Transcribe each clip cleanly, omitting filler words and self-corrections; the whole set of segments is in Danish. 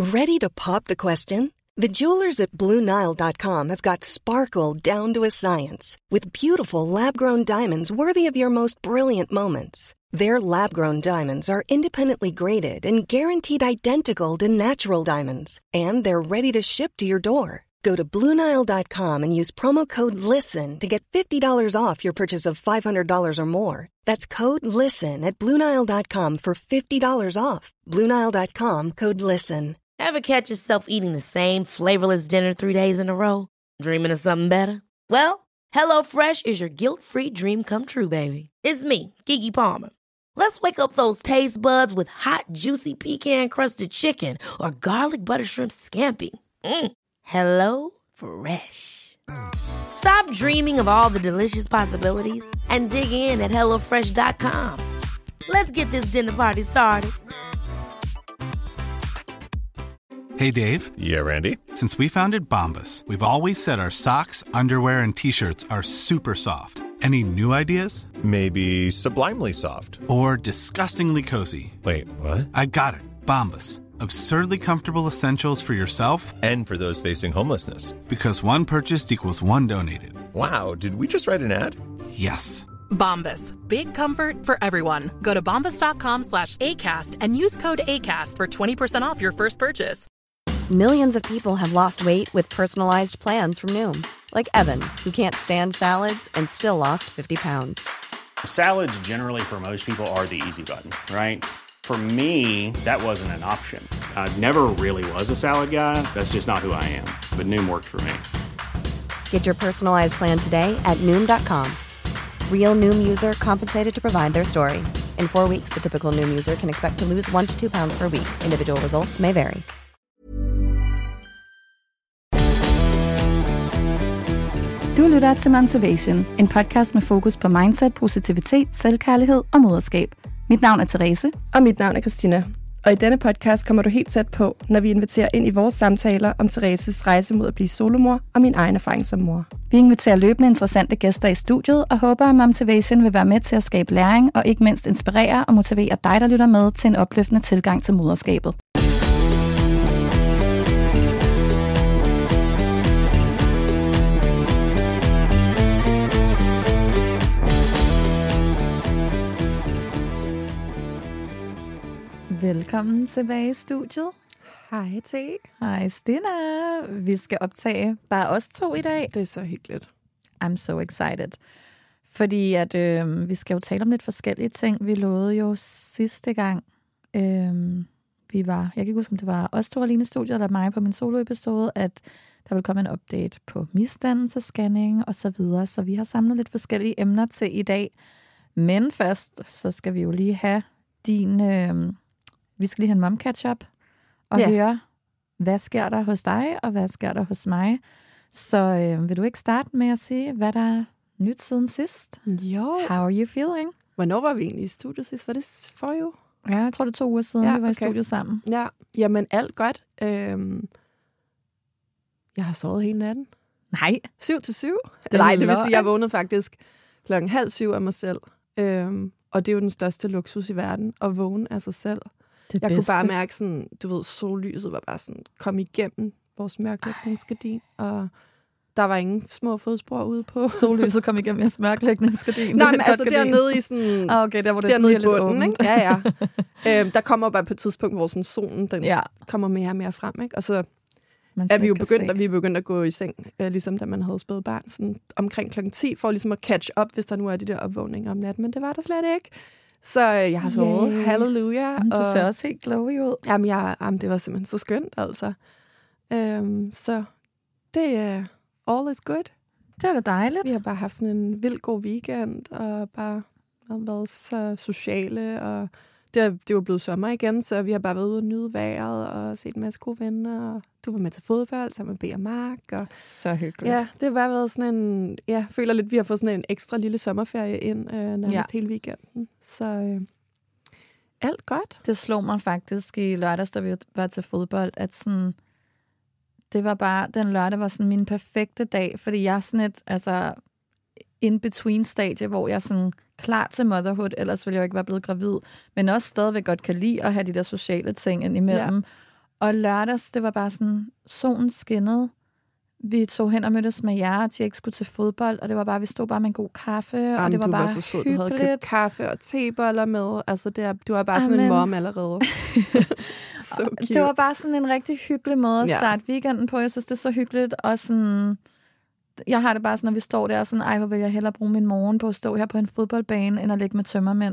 Ready to pop the question? The jewelers at BlueNile.com have got sparkle down to a science with beautiful lab-grown diamonds worthy of your most brilliant moments. Their lab-grown diamonds are independently graded and guaranteed identical to natural diamonds, and they're ready to ship to your door. Go to BlueNile.com and use promo code LISTEN to get $50 off your purchase of $500 or more. That's code LISTEN at BlueNile.com for $50 off. BlueNile.com, code LISTEN. Ever catch yourself eating the same flavorless dinner 3 days in a row? Dreaming of something better? Well, HelloFresh is your guilt-free dream come true, baby. It's me, Keke Palmer. Let's wake up those taste buds with hot, juicy pecan-crusted chicken or garlic butter shrimp scampi. Hello Fresh. Stop dreaming of all the delicious possibilities and dig in at HelloFresh.com. Let's get this dinner party started. Hey, Dave. Yeah, Randy. Since we founded Bombas, we've always said our socks, underwear, and T-shirts are super soft. Any new ideas? Maybe sublimely soft. Or disgustingly cozy. Wait, what? I got it. Bombas. Absurdly comfortable essentials for yourself and for those facing homelessness. Because one purchased equals one donated. Wow, did we just write an ad? Yes. Bombas. Big comfort for everyone. Go to bombas.com/ACAST and use code ACAST for 20% off your first purchase. Millions of people have lost weight with personalized plans from Noom. Like Evan, who can't stand salads and still lost 50 pounds. Salads generally for most people are the easy button, right? For me, that wasn't an option. I never really was a salad guy. That's just not who I am. But Noom worked for me. Get your personalized plan today at Noom.com. Real Noom user compensated to provide their story. In 4 weeks, the typical Noom user can expect to lose 1 to 2 pounds per week. Individual results may vary. Du lytter til Motivation, en podcast med fokus på mindset, positivitet, selvkærlighed og moderskab. Mit navn er Therese. Og mit navn er Christina. Og i denne podcast kommer du helt tæt på, når vi inviterer ind i vores samtaler om Thereses rejse mod at blive solomor og min egen erfaring som mor. Vi inviterer løbende interessante gæster i studiet og håber, at Motivation vil være med til at skabe læring og ikke mindst inspirere og motivere dig, der lytter med, til en opløftende tilgang til moderskabet. Velkommen tilbage i studiet. Hej T. Hej Stina. Vi skal optage bare os to i dag. Det er så hyggeligt. I'm so excited. Fordi at vi skal jo tale om lidt forskellige ting. Vi lovede jo sidste gang, jeg kan ikke huske, om det var os to alene i studiet, eller mig på min solo-episode, at der vil komme en update på misdannelse, scanning og så videre. Så vi har samlet lidt forskellige emner til i dag. Men først, så skal vi jo lige have vi skal lige have en mom catch-up og høre, hvad sker der hos dig, og hvad sker der hos mig. Så vil du ikke starte med at sige, hvad der er nyt siden sidst? Jo. How are you feeling? Hvornår var vi egentlig i studiet sidst? Var det for jo? Ja, jeg tror det er 2 uger siden, vi var i studiet sammen. Ja, jamen alt godt. Jeg har sovet hele natten. Nej. 7 til 7. Nej, det vil sige, jeg vågnede faktisk 6:30 af mig selv. Og det er jo den største luksus i verden, at vågne af sig selv. Jeg kunne bare mærke sådan, du ved, sollyset var bare sådan, kom igennem vores mørklægningsgardin, og der var ingen små fodspor ude på. Sollyset kom igennem jeres mørklægningsgardin? Nej, men altså dernede i sådan, okay, der var det dernede i bunden, ikke? Ja. Der kommer bare på et tidspunkt, hvor sådan solen, den kommer mere og mere frem, ikke? Og så er vi jo begyndt at gå i seng, ligesom da man havde spædbarn, sådan omkring 10:00, for ligesom at catch up, hvis der nu er de der opvågninger om natten, men det var der slet ikke. Så jeg har sovet. Halleluja. Jamen, du ser også helt glowy ud. Jamen, det var simpelthen så skønt, altså. Så det er all is good. Det er da dejligt. Vi har bare haft sådan en vild god weekend, og bare været så sociale, og det er jo blevet sommer igen, så vi har bare været ude og nyde vejret, og set en masse gode venner, og du var med til fodbold sammen med B og Mark. Og så hyggeligt. Ja, det har bare været sådan en, jeg føler lidt, vi har fået sådan en ekstra lille sommerferie ind, nærmest hele weekenden. Så alt godt. Det slog mig faktisk i lørdags, da vi var til fodbold, at sådan, det var bare, den lørdag var sådan min perfekte dag, fordi jeg er sådan et, altså, in-between-stadie, hvor jeg er sådan klar til motherhood, ellers ville jeg jo ikke være blevet gravid, men også stadigvæk godt kan lide at have de der sociale ting indimellem. Og lørdags, det var bare sådan, solen skinnede. Vi tog hen og mødtes med jer, og Jake skulle til fodbold, og det var bare, vi stod bare med en god kaffe, og det var bare så sød. Du havde købt kaffe og teboller med. Altså, du er bare sådan en mom allerede. So det var bare sådan en rigtig hyggelig måde at starte weekenden på. Jeg synes, det er så hyggeligt, og sådan... Jeg har det bare sådan, når vi står der, sådan, hvor vil jeg hellere bruge min morgen på at stå her på en fodboldbane, end at ligge med tømmermænd.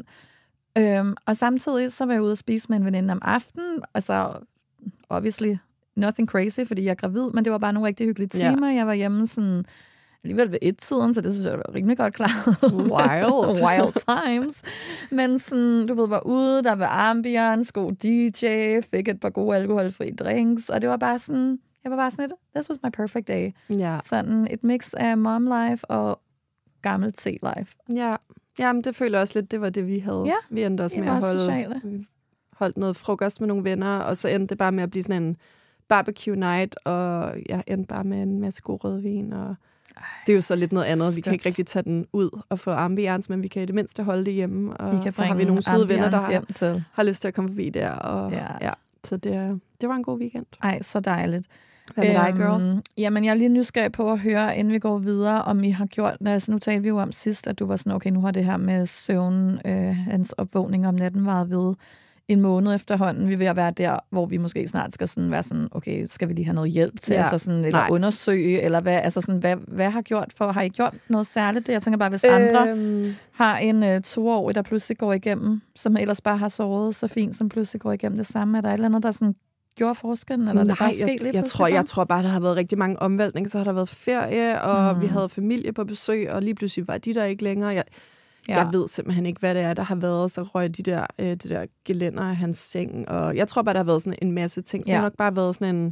Og samtidig så var jeg ude at spise med en veninde om aftenen. Altså, obviously, nothing crazy, fordi jeg er gravid, men det var bare nogle rigtig hyggelige timer. Jeg var hjemme sådan alligevel ved 1-tiden, så det synes jeg var rimelig godt klaret. Wild times. Men sådan, du ved, var ude, der var ambiance, god DJ, fik et par gode alkoholfri drinks, og det var bare sådan, jeg var bare sådan this was my perfect day. Ja. Sådan et mix af mom life og gammel te-life. Ja. Jamen, det føler også lidt, det var det, vi havde. Ja, vi endte også med at holdt noget frokost med nogle venner, og så endte det bare med at blive sådan en barbecue night, og jeg endte bare med en masse god rødvin, og det er jo så lidt noget andet. Vi kan ikke rigtig tage den ud og få ambiance, men vi kan i det mindste holde det hjemme, og så har vi nogle søde venner, der har lyst til at komme forbi der, og så det var en god weekend. Ej, så dejligt. Hvad med dig, girl? Jamen, jeg er lige nysgerrig på at høre, inden vi går videre, om I har gjort... Altså, nu talte vi jo om sidst, at du var sådan, okay, nu har det her med søvn, hans opvågning om natten varet ved en måned efterhånden. Vi vil være der, hvor vi måske snart skal sådan være sådan, okay, skal vi lige have noget hjælp til, altså sådan, eller undersøge, eller hvad, altså sådan, hvad har I gjort noget særligt? Jeg tænker bare, hvis andre har en 2-årig, der pludselig går igennem, som ellers bare har sovet så fint, som pludselig går igennem det samme, er der et eller andet, der sådan gjorde forskellen? Eller jeg tror bare, der har været rigtig mange omvæltninger. Så har der været ferie, og vi havde familie på besøg, og lige pludselig var de der ikke længere. Jeg ved simpelthen ikke, hvad det er, der har været. Så røg det der gelænder af hans seng. Og jeg tror bare, der har været sådan en masse ting. Så det har nok bare været sådan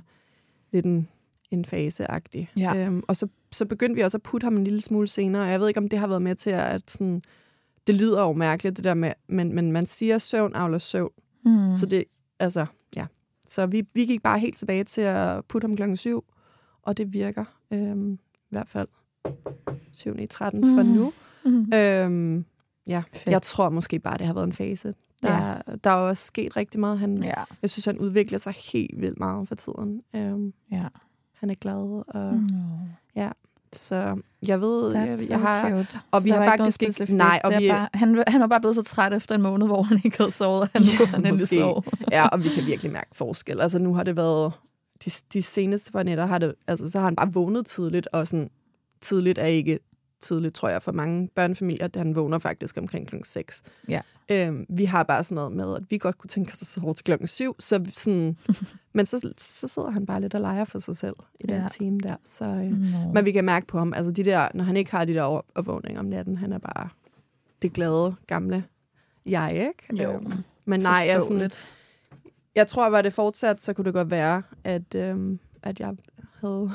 en fase-agtig. Ja. Og så begyndte vi også at putte ham en lille smule senere. Og jeg ved ikke, om det har været med til, at sådan, det lyder jo mærkeligt, det der med, men man siger søvn avler søvn. Så det, altså, ja. Så vi gik bare helt tilbage til at putte ham 7:00, og det virker i hvert fald 7-13 for nu. Jeg tror måske bare, det har været en fase. Der er også sket rigtig meget. Jeg synes, han udvikler sig helt vildt meget for tiden. Han er glad. Og, så jeg ved, jeg har... Og vi har faktisk ikke... Nej, og han var bare blevet så træt efter en måned, hvor han ikke havde sovet, og nu kunne han endelig sove. Ja, og vi kan virkelig mærke forskel. Altså nu har det været... De seneste par nætter har det... Altså så har han bare vågnet tidligt, og sådan... Tidligt er ikke tidligt, tror jeg, for mange børnefamilier, at han vågner faktisk omkring 6. Ja. Vi har bare sådan noget med, at vi godt kunne tænke os at sove til 7:00, så sådan, men så sidder han bare lidt og leger for sig selv i den time der. Så, men vi kan mærke på ham, altså de der, når han ikke har de der opvågninger om natten, han er bare det glade, gamle jeg, ikke? Jo, men nej, jeg tror, var det fortsat, så kunne det godt være, at jeg havde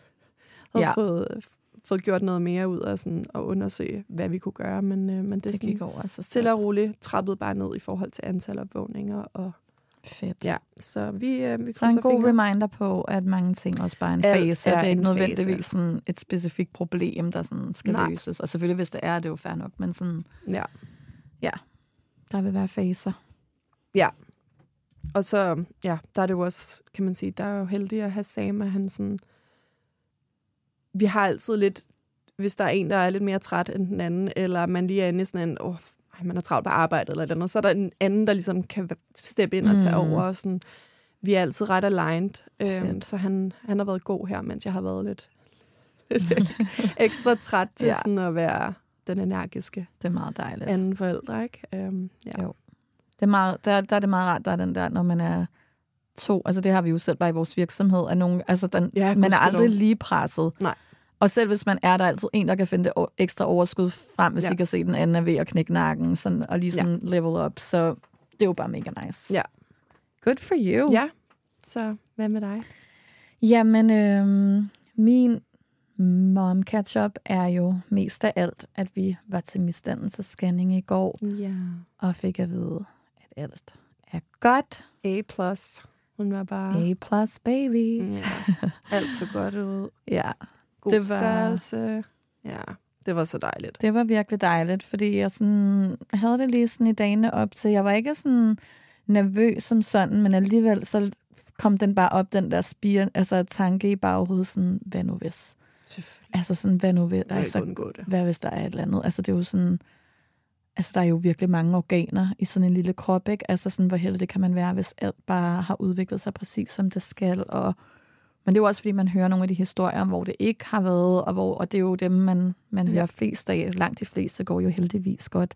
fået gjort noget mere ud af sådan at undersøge, hvad vi kunne gøre, men det gik over altså stille og roligt trappede bare ned i forhold til antal opvågninger. Og fedt. Ja, så vi så en god reminder på, at mange ting også bare er en fase. Det er ikke nødvendigvis sådan et specifikt problem, der sådan skal løses. Og selvfølgelig, hvis det er jo fair nok, men sådan... Ja, der vil være faser. Ja. Og så, der er det jo også, kan man sige, der er jo heldig at have Sam, at han sådan... Vi har altid lidt, hvis der er en, der er lidt mere træt end den anden, eller man lige er inde i sådan en, man er travlt på arbejde eller et eller andet, så er der en anden, der ligesom kan steppe ind og tage over. Og sådan. Vi er altid ret aligned, så han har været god her, mens jeg har været lidt ekstra træt til sådan at være den energiske. Det er meget dejligt. Anden forældre, ikke? Jo. Det er meget, der er det meget rart, der er den der, når man er 2, altså det har vi jo selv bare i vores virksomhed, at nogen, altså man er aldrig lige presset. Nej. Og selv hvis man er der altid en, der kan finde det ekstra overskud frem, hvis de kan se, den anden er ved at knække nakken, sådan, og lige sådan level up. Så det er jo bare mega nice. Ja. Good for you. Ja. Så hvad med dig? Jamen, min mom catch-up er jo mest af alt, at vi var til misdannelsesscanning i går, og fik at vide, at alt er godt. A+. Hun var bare... A+, baby. Ja, alt så godt ud. Ja. God størrelse. Ja, det var så dejligt. Det var virkelig dejligt, fordi jeg sådan, havde det lige sådan i dagene op til. Jeg var ikke sådan nervøs som sådan, men alligevel så kom den bare op, den der spire, altså tanke i baghovedet, sådan, hvad nu hvis? Altså sådan, hvad nu hvis? Altså, hvad hvis der er et eller andet? Altså det er jo sådan, altså der er jo virkelig mange organer i sådan en lille krop, ikke? Altså sådan, hvor heldig kan man være, hvis alt bare har udviklet sig præcis som det skal, men det er jo også, fordi man hører nogle af de historier, hvor det ikke har været, og det er jo dem, man hører flest af. Langt de fleste går jo heldigvis godt.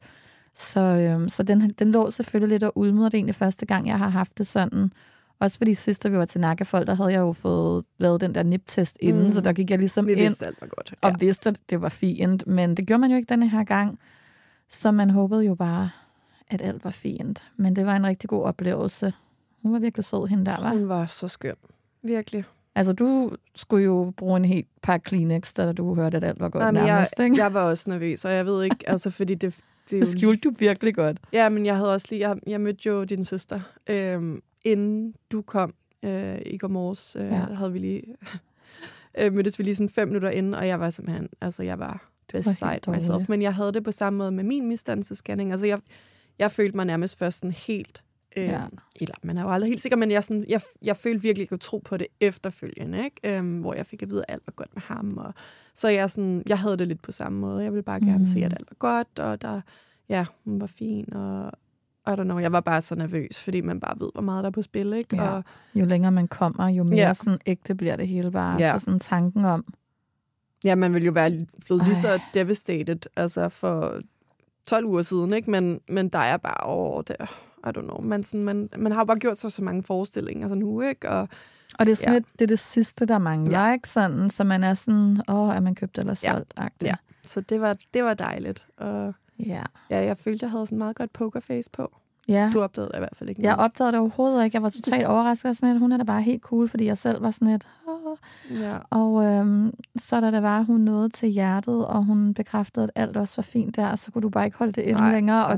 Så den lå selvfølgelig lidt og udmøder det egentlig første gang, jeg har haft det sådan. Også fordi sidst, da vi var til nakkefold, der havde jeg jo fået lavet den der nip-test inden, så der gik jeg ligesom ind. Vi vidste, alt var godt. Og vidste, at det var fint, men det gjorde man jo ikke denne her gang. Så man håbede jo bare, at alt var fint. Men det var en rigtig god oplevelse. Hun var virkelig sød, hende der, var. Hun var så skøn. Virkelig. Altså, du skulle jo bruge en helt par Kleenex, da du hørte, at alt var godt nærmest, ikke? Jeg var også nervøs, og jeg ved ikke, altså, fordi det skjulte du virkelig godt. Ja, men jeg havde også lige, jeg mødte jo din søster, inden du kom i går morges, havde vi lige, mødtes vi lige sådan 5 minutter inden, og jeg var simpelthen, altså jeg var beside myself, men jeg havde det på samme måde med min misdannelsesscanning, altså jeg følte mig nærmest først sådan helt, eller man er jo aldrig helt sikker, men jeg følte virkelig, at jeg kunne tro på det efterfølgende, ikke? Hvor jeg fik at vide, at alt var godt med ham, og så jeg havde det lidt på samme måde. Jeg ville bare gerne se, at alt var godt, og hun var fin, og I don't know, jeg var bare så nervøs, fordi man bare ved, hvor meget der er på spil, ikke? Ja. Og jo længere man kommer, jo mere sådan ægte bliver det hele bare. Så sådan tanken om... Ja, man ville jo være blevet lige så devastated, altså for 12 uger siden, ikke? Men der er bare det. I don't know. Man har jo bare gjort så mange forestillinger sådan nu, ikke? Og det er sådan det er det sidste, der mangler, ikke? Sådan, så man er sådan, er man købt eller solgt-agtigt. Ja, så det var dejligt. Og jeg følte, jeg havde sådan meget godt pokerface på. Ja. Du opdagede det i hvert fald ikke. Jeg opdagede det overhovedet ikke. Jeg var totalt overrasket. Sådan, at hun er da bare helt cool, fordi jeg selv var sådan et... Ja. Og så da der var, hun nåede til hjertet, og hun bekræftede, at alt også var fint der, så kunne du bare ikke holde det inde længere.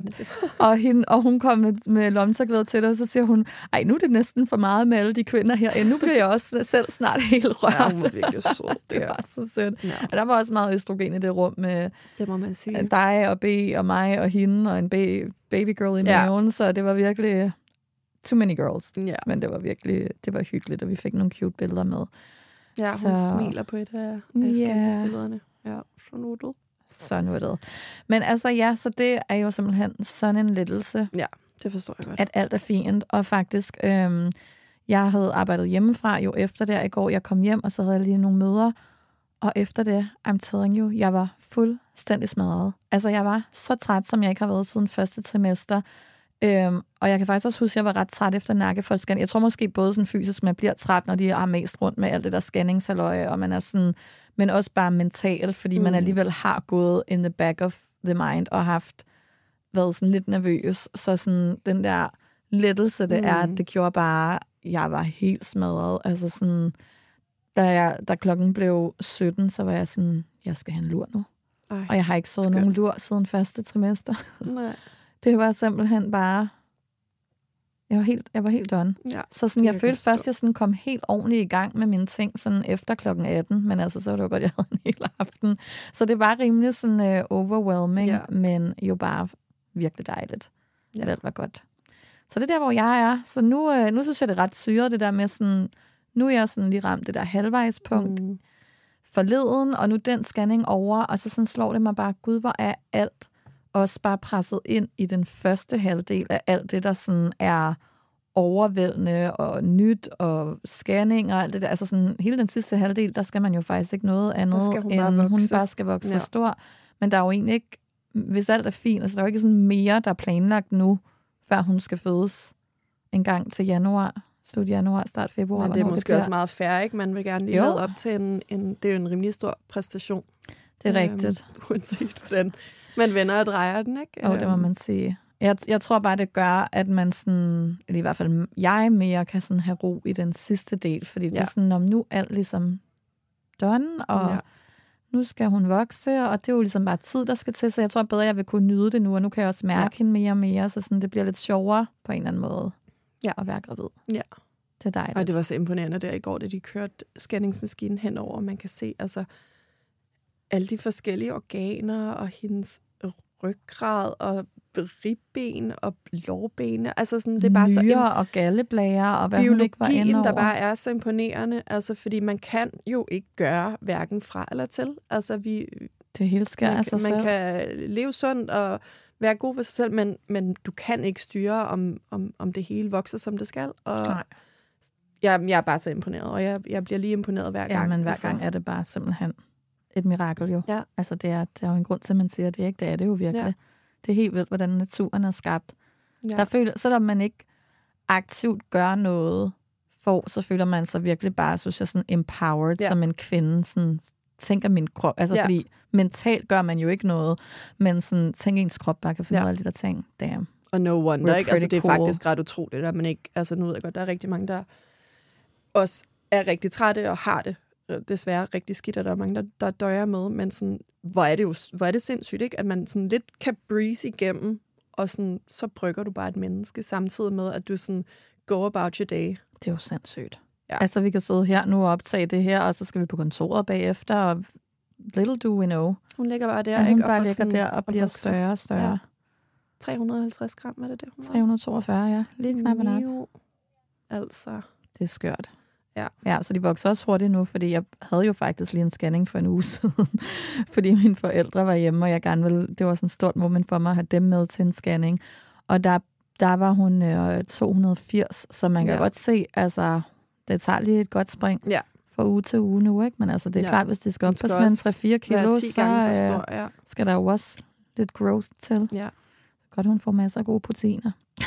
Og hun kom med lomterglæde til dig, og så siger hun, ej, nu er det næsten for meget med alle de kvinder herinde. Nu bliver jeg også selv snart helt rørt. Ja, hun var virkelig sød. Det var så sødt. Ja. Og der var også meget østrogen i det rum med det må man sige. Dig og B og mig og hende, og en baby girl i maven, så det var virkelig too many girls. Ja. Men det var hyggeligt, og vi fik nogle cute billeder med. Ja, hun smiler på et af scanningsbillederne. Ja, så nuttet. Så nuttet. Men altså så det er jo simpelthen sådan en lettelse. Ja, det forstår jeg godt. At alt er fint, og faktisk, jeg havde arbejdet hjemmefra jo efter det i går. Jeg kom hjem, og så havde jeg lige nogle møder, og efter det, I'm telling you, jeg var fuldstændig smadret. Altså, jeg var så træt, som jeg ikke har været siden første trimester. Og jeg kan faktisk også huske, at jeg var ret træt efter nakkefoldsscanning. Jeg tror måske både sådan fysisk, man bliver træt, når de er mest rundt med alt det der scanningshalløje, og man er sådan, men også bare mentalt, fordi man alligevel har gået in the back of the mind og været sådan lidt nervøs. Så sådan den der lettelse, det er, det gjorde bare, jeg var helt smadret. Altså sådan, da klokken blev 17, så var jeg sådan, jeg skal have en lur nu. Og jeg har ikke sovet nogen lur siden første trimester. Nej. Det var simpelthen bare... Jeg var helt done. Ja, så sådan, jeg følte først, at jeg sådan kom helt ordentligt i gang med mine ting sådan efter klokken 18. Men altså, så var det jo godt, jeg havde en hel aften. Så det var rimelig sådan overwhelming, men jo bare virkelig dejligt. At alt var godt. Så det er der, hvor jeg er. Så nu synes jeg, det er ret syret, det der med sådan... Nu er jeg sådan lige ramt det der halvvejspunkt forleden, og nu den scanning over, og så sådan slår det mig bare, gud, hvor er alt også bare presset ind i den første halvdel af alt det, der sådan er overvældende og nyt og scanning og alt det der. Altså sådan, hele den sidste halvdel, der skal man jo faktisk ikke noget andet, end hun bare skal vokse stor. Men der er jo egentlig ikke, hvis alt er fint, altså der er jo ikke sådan mere, der er planlagt nu, før hun skal fødes en gang til januar. Slut januar, start februar. Men det er måske også meget fair, ikke? Man vil gerne lige lade op til det er jo en rimelig stor præstation. Det er rigtigt. Uanset hvordan man vender og drejer den, ikke? Det må man sige. Jeg tror bare, det gør, at man sådan, eller i hvert fald jeg mere kan sådan have ro i den sidste del, fordi det er sådan, om nu er alt ligesom done, og nu skal hun vokse, og det er jo ligesom bare tid, der skal til, så jeg tror bedre, jeg vil kunne nyde det nu, og nu kan jeg også mærke hende mere og mere, så sådan, det bliver lidt sjovere på en eller anden måde at være gravid. Ja. Det er dejligt. Og det var så imponerende der i går, da de kørte scanningsmaskinen henover, man kan se, altså alle de forskellige organer, og hendes ryggrad, og ribben og lårben. Altså sådan, det er bare nyrer så og galleblærer, og hvad hun ikke var inde over. Der bare er så imponerende, altså fordi man kan jo ikke gøre hverken fra eller til. Altså det hele sker af sig selv. Man kan leve sundt og være god for sig selv, men du kan ikke styre, om det hele vokser, som det skal. Og nej. Jeg er bare så imponeret, og jeg bliver lige imponeret hver gang. Ja, men hver gang er det bare simpelthen et mirakel jo. Ja. Altså, der er jo en grund til, at man siger, at det ikke det er det jo virkelig. Ja. Det er helt vildt, hvordan naturen er skabt. Ja. Selvom man ikke aktivt gør noget så føler man sig virkelig bare, synes jeg, sådan empowered som en kvinde. Sådan, tænker min krop. Altså, fordi mentalt gør man jo ikke noget, men sådan, tænker ens krop bare kan finde ud af alle de der ting. Damn. Og no wonder, ikke? Altså, det er faktisk ret utroligt, at man ikke... Altså, nu ved jeg godt, der er rigtig mange, der også er rigtig trætte og har det desværre rigtig skidt, og der er mange, der døjer med, men sådan, hvor er det sindssygt, ikke? At man sådan lidt kan breeze igennem, og sådan, så brygger du bare et menneske, samtidig med, at du sådan go about your day. Det er jo sindssygt. Ja. Altså, vi kan sidde her nu og optage det her, og så skal vi på kontoret bagefter, og little do we know. Hun ligger bare der, ikke? Hun bare ligger der og bliver større og større. Ja. 350 gram, var det? 342, ja. Lige knap og nap. Altså. Det er skørt. Ja, så de vokser også hurtigt nu, fordi jeg havde jo faktisk lige en scanning for en uge siden, fordi mine forældre var hjemme, og jeg gerne ville, det var sådan et stort moment for mig at have dem med til en scanning. Og der var hun 280, så man kan godt se, altså, det tager lige et godt spring fra uge til uge nu, ikke? Men altså, det er klart, hvis det skal op på sådan 3-4 kilo, så stor, skal der jo også lidt growth til. Ja. Godt, hun får masser af gode proteiner.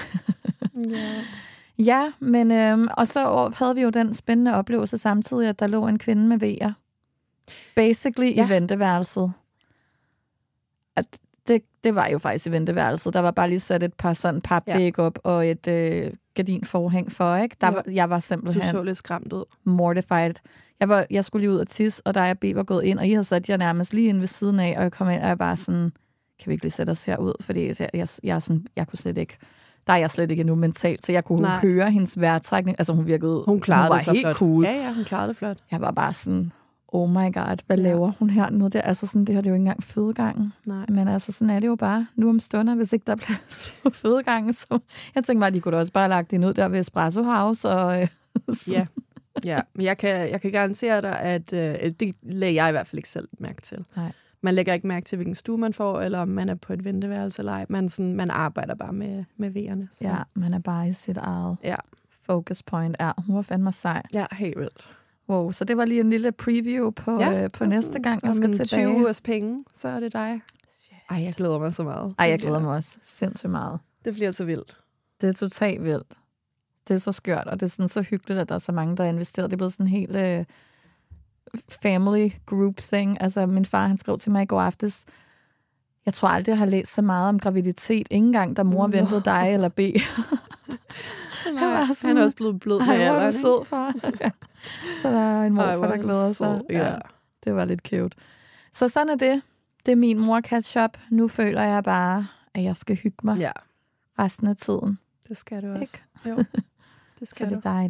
Ja, men og så havde vi jo den spændende oplevelse samtidig, at der lå en kvinde med vejer. Basically i venteværelset. At det var jo faktisk i venteværelset. Der var bare lige sat et par sådan papvæg op og et gardinforhæng for, ikke? Jeg var simpelthen... Du så lidt skræmt ud. Mortified. Jeg skulle lige ud og tisse, og der B var gået ind, og I havde sat jer nærmest lige inde ved siden af, og jeg kom ind, og jeg bare sådan, kan vi ikke lige sætte os herud? Fordi jeg kunne slet ikke... Der er jeg slet ikke endnu mentalt, så jeg kunne høre hendes vejrtrækning. Altså, hun klarede det så helt flot. Cool. Ja, hun klarede det flot. Jeg var bare sådan, oh my god, hvad laver hun hernede der? Altså, sådan, det her det er jo ikke engang fødegangen. Nej. Men altså, sådan er det jo bare nu om stunder, hvis ikke der er plads på fødegangen. Så jeg tænkte bare, at de kunne da også bare lagt det ud der ved Espresso House. Og, ja, men jeg kan garantere dig, at det lagde jeg i hvert fald ikke selv mærke til. Nej. Man lægger ikke mærke til, hvilken stue man får, eller om man er på et venteværelse eller ej. Man arbejder bare med vejerne. Så. Ja, man er bare i sit eget focus point. Ja, hun var fandme sej. Ja, helt vildt. Wow, så det var lige en lille preview på næste gang, jeg skal tilbage. 20 ugers penge, så er det dig. Ej, jeg glæder mig så meget. Ej, jeg glæder mig også sindssygt meget. Det bliver så vildt. Det er totalt vildt. Det er så skørt, og det er sådan så hyggeligt, at der er så mange, der er investeret. Det er blevet sådan en helt... family group thing. Altså, min far, han skrev til mig i går aftes, jeg tror aldrig, jeg har læst så meget om graviditet. Ingen gang, da mor ventede dig eller B. Han er også blevet blød med alderen. Han var sød, far. Ja. Så der er en morfar, der glæder sig. Ja. Det var lidt cute. Så sådan er det. Det er min mor-catch-up. Nu føler jeg bare, at jeg skal hygge mig resten af tiden. Det skal du også. Jo. Det skal det dig.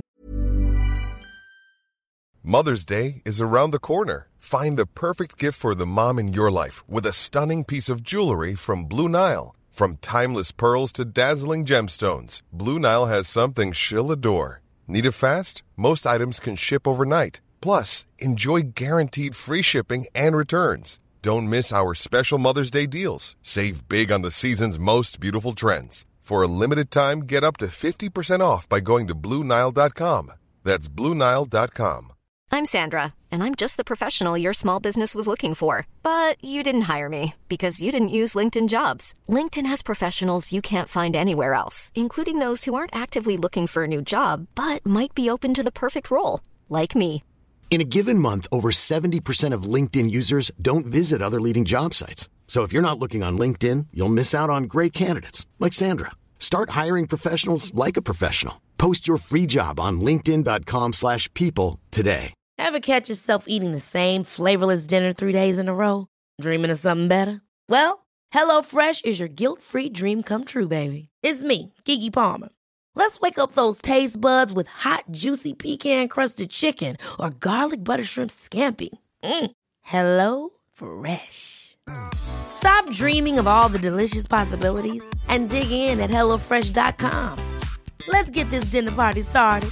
Mother's Day is around the corner. Find the perfect gift for the mom in your life with a stunning piece of jewelry from Blue Nile. From timeless pearls to dazzling gemstones, Blue Nile has something she'll adore. Need it fast? Most items can ship overnight. Plus, enjoy guaranteed free shipping and returns. Don't miss our special Mother's Day deals. Save big on the season's most beautiful trends. For a limited time, get up to 50% off by going to BlueNile.com. That's BlueNile.com. I'm Sandra, and I'm just the professional your small business was looking for. But you didn't hire me because you didn't use LinkedIn Jobs. LinkedIn has professionals you can't find anywhere else, including those who aren't actively looking for a new job, but might be open to the perfect role, like me. In a given month, over 70% of LinkedIn users don't visit other leading job sites. So if you're not looking on LinkedIn, you'll miss out on great candidates, like Sandra. Start hiring professionals like a professional. Post your free job on linkedin.com/people today. Ever catch yourself eating the same flavorless dinner 3 days in a row? Dreaming of something better? Well, HelloFresh is your guilt-free dream come true, baby. It's me, Keke Palmer. Let's wake up those taste buds with hot, juicy pecan-crusted chicken or garlic butter shrimp scampi. Hello Fresh. Stop dreaming of all the delicious possibilities and dig in at HelloFresh.com. Let's get this dinner party started.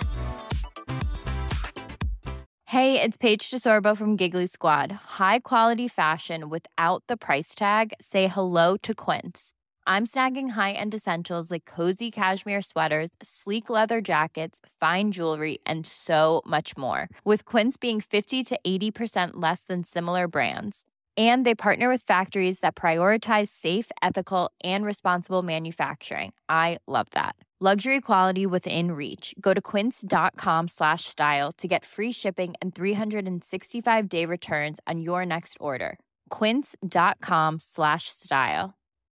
Hey, it's Paige DeSorbo from Giggly Squad. High quality fashion without the price tag. Say hello to Quince. I'm snagging high-end essentials like cozy cashmere sweaters, sleek leather jackets, fine jewelry, and so much more. With Quince being 50 to 80% less than similar brands. And they partner with factories that prioritize safe, ethical, and responsible manufacturing. I love that. Luxury quality within reach. Go to quince.com/style to get free shipping and 365-day returns on your next order. Quince.com/style.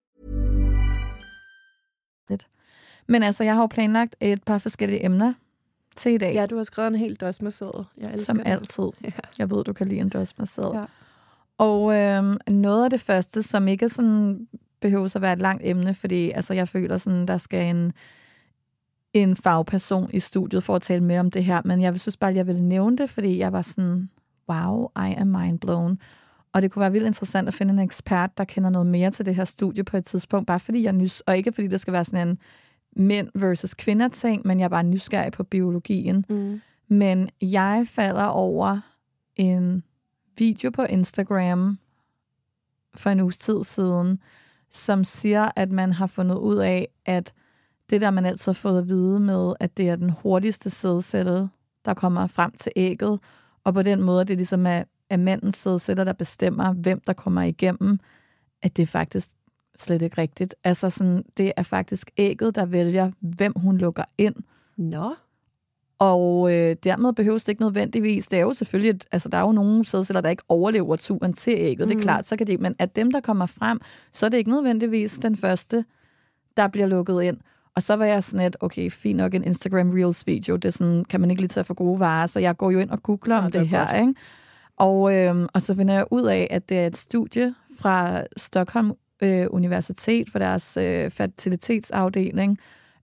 Men altså, jeg har jo planlagt et par forskellige emner til i dag. Ja, du har skrevet en helt døsmassade. Som altid. Ja. Jeg ved, du kan lide en døsmassade. Ja. Og noget af det første, som ikke sådan behøver at være et langt emne, fordi altså, jeg føler, sådan, der skal en fagperson i studiet for at tale mere om det her, men jeg synes bare, at jeg ville nævne det, fordi jeg var sådan, wow, I am mind blown. Og det kunne være vildt interessant at finde en ekspert, der kender noget mere til det her studie på et tidspunkt, bare fordi jeg og ikke fordi det skal være sådan en mænd versus kvinder ting, men jeg er bare nysgerrig på biologien. Men jeg falder over en video på Instagram for en uges tid siden, som siger, at man har fundet ud af, at det der, man altid har fået at vide med, at det er den hurtigste sædcelle, der kommer frem til ægget, og på den måde, det ligesom er mandens sædceller, der bestemmer, hvem der kommer igennem, at det er faktisk slet ikke rigtigt. Altså sådan, det er faktisk ægget, der vælger, hvem hun lukker ind. Nå. Og dermed behøves det ikke nødvendigvis. Det er jo selvfølgelig, altså der er jo nogle sædceller, der ikke overlever turen til ægget. Det er klart, så kan det, men at dem, der kommer frem, så er det ikke nødvendigvis den første, der bliver lukket ind. Og så var jeg sådan et, okay, fint nok en Instagram Reels video, det er sådan, kan man ikke lige tage for gode varer, så jeg går jo ind og googler om det her, ikke? Og så finder jeg ud af, at det er et studie fra Stockholm Universitet for deres fertilitetsafdeling,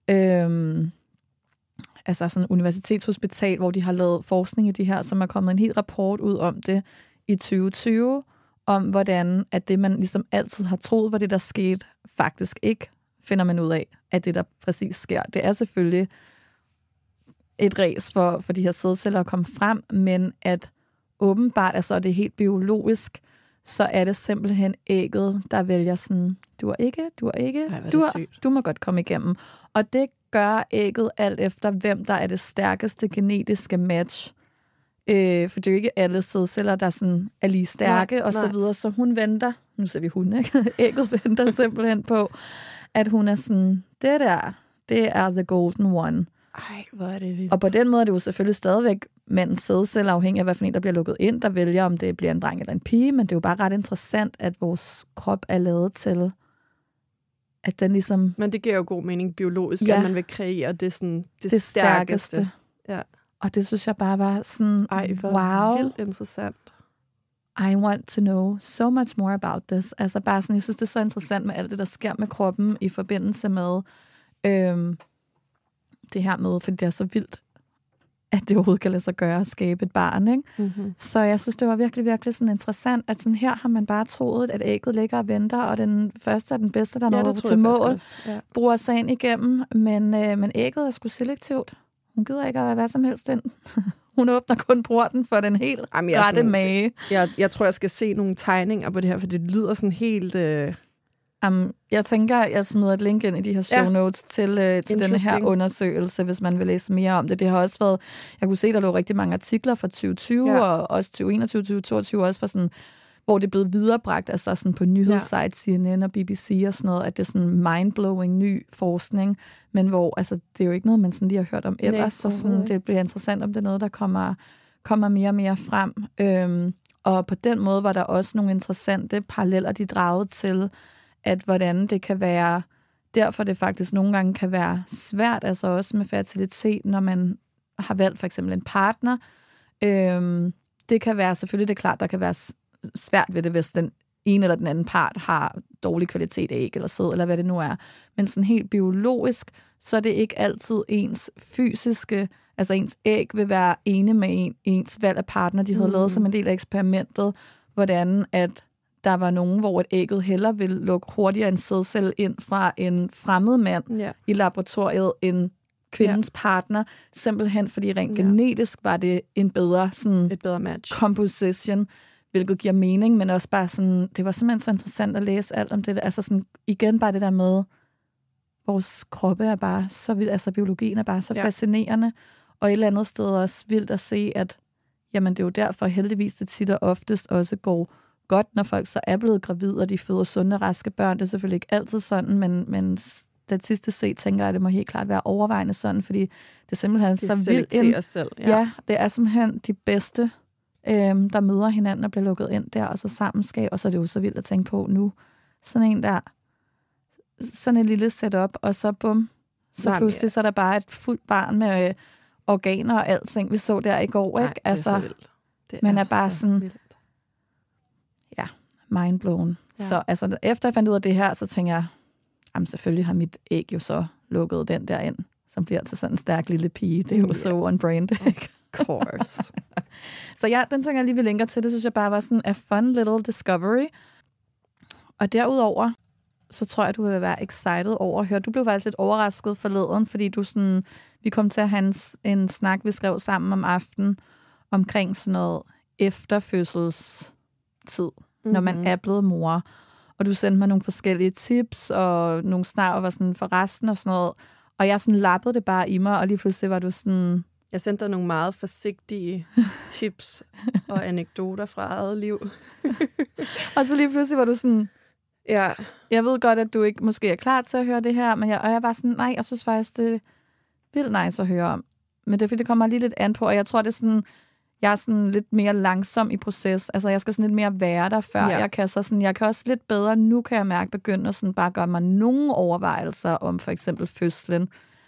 altså sådan et universitetshospital, hvor de har lavet forskning i de her, som er kommet en hel rapport ud om det i 2020, om hvordan at det, man ligesom altid har troet, var det, der skete, faktisk ikke, finder man ud af, at det, der præcis sker. Det er selvfølgelig et ræs for de her sædceller at komme frem, men at åbenbart, altså det er helt biologisk, så er det simpelthen ægget, der vælger sådan, du er ikke, du må godt komme igennem. Og det gør ægget alt efter, hvem der er det stærkeste genetiske match. For det er jo ikke alle sædceller, der sådan er lige stærke, og så videre. Så hun venter, nu ser vi hun, ikke? Ægget venter simpelthen på, at hun er sådan, det er the golden one. Ej, hvor er det vildt. Og på den måde er det jo selvfølgelig stadigvæk mandens sædceller, afhængig af, hvad for en, der bliver lukket ind, der vælger, om det bliver en dreng eller en pige, men det er jo bare ret interessant, at vores krop er lavet til, at den ligesom... Men det giver jo god mening biologisk, at man vil kreere det, sådan, det stærkeste. Ja. Og det synes jeg bare var sådan, ej, wow. Vildt interessant. I want to know so much more about this. Altså bare sådan, jeg synes, det er så interessant med alt det, der sker med kroppen i forbindelse med det her med, fordi det er så vildt, at det overhovedet kan lade sig gøre at skabe et barn, ikke? Mm-hmm. Så jeg synes, det var virkelig, virkelig sådan interessant, at sådan her har man bare troet, at ægget ligger og venter, og den første er den bedste, der når til mål, bruger sig ind igennem, men ægget er sgu selektivt. Hun gider ikke at være som helst ind. Hun åbner kun porten for den helt rette mage. Jeg tror, jeg skal se nogle tegninger på det her, for det lyder sådan helt... Jeg tænker, jeg smider et link ind i de her show notes til denne her undersøgelse, hvis man vil læse mere om det. Det har også været, jeg kunne se, der lå rigtig mange artikler fra 2020 og også 2021, 2022 også, for sådan, hvor det er blevet viderebragt, altså sådan på nyhedssites, CNN og BBC og sådan noget, at det er sådan mindblowing ny forskning, men hvor altså, det er jo ikke noget, man sådan lige har hørt om ellers, så sådan, det bliver interessant, om det er noget, der kommer mere og mere frem. Og på den måde var der også nogle interessante paralleller, de dragede til, at hvordan det kan være, derfor det faktisk nogle gange kan være svært, altså også med fertilitet, når man har valgt for eksempel en partner. Det kan være, selvfølgelig det er klart, der kan være svært ved det, hvis den ene eller den anden part har dårlig kvalitet af æg eller sæd, eller hvad det nu er. Men sådan helt biologisk, så er det ikke altid ens fysiske, altså ens æg vil være ene med ens valg af partner. De havde lavet som en del af eksperimentet, hvordan at der var nogen, hvor et ægget hellere ville lukke hurtigere en sædcelle ind fra en fremmed mand i laboratoriet end kvindens partner, simpelthen fordi rent genetisk var det en bedre, sådan, et bedre match. Composition, hvilket giver mening, men også bare sådan, det var simpelthen så interessant at læse alt om det. Altså sådan, igen bare det der med, vores kroppe er bare så vildt, altså biologien er bare så fascinerende, og et eller andet sted også vildt at se, at jamen det er jo derfor heldigvis det tit og oftest også går godt, når folk så er blevet gravide, og de føder sunde, raske børn. Det er selvfølgelig ikke altid sådan, men statistisk set tænker jeg, at det må helt klart være overvejende sådan, fordi det er simpelthen det er så vildt. Til os selv. Ja, det er simpelthen de bedste, der møder hinanden og bliver lukket ind der, og så sammenskab, og så er det jo så vildt at tænke på nu. Sådan en der, sådan et lille setup, og så bum, så pludselig så er der bare et fuldt barn med organer og alting, vi så der i går, ikke? Nej, det er altså, så vildt. Man er bare sådan vildt. Ja, mindblown. Ja. Så altså, efter jeg fandt ud af det her, så tænker jeg, jamen selvfølgelig har mit æg jo så lukket den der ind, som bliver til sådan en stærk lille pige. Det er jo så on-brand, ikke? Of course. Så ja, den tænker jeg lige, vi linker til. Det synes jeg bare var sådan a fun little discovery. Og derudover, så tror jeg, du vil være excited over at høre. Du blev faktisk lidt overrasket forleden, fordi du sådan, vi kom til at have en snak, vi skrev sammen om aftenen, omkring sådan noget efterfødselstid, når man er blevet mor. Og du sendte mig nogle forskellige tips, og nogle snar var sådan for resten og sådan noget. Og jeg sådan lappede det bare i mig, og lige pludselig var du sådan... Jeg sendte dig nogle meget forsigtige tips og anekdoter fra eget liv. Og så lige pludselig var du sådan... Ja. Jeg ved godt, at du ikke måske er klar til at høre det her, men jeg var sådan, nej, jeg synes faktisk, det er vildt nice at høre om. Men det er fordi, det kommer lige lidt an på, og jeg tror, det er sådan... Jeg er sådan lidt mere langsom i proces. Altså, jeg skal sådan lidt mere være der, før jeg kan. Så sådan, jeg kan også lidt bedre, nu kan jeg mærke, begynde at sådan bare gøre mig nogle overvejelser om for eksempel fødslen.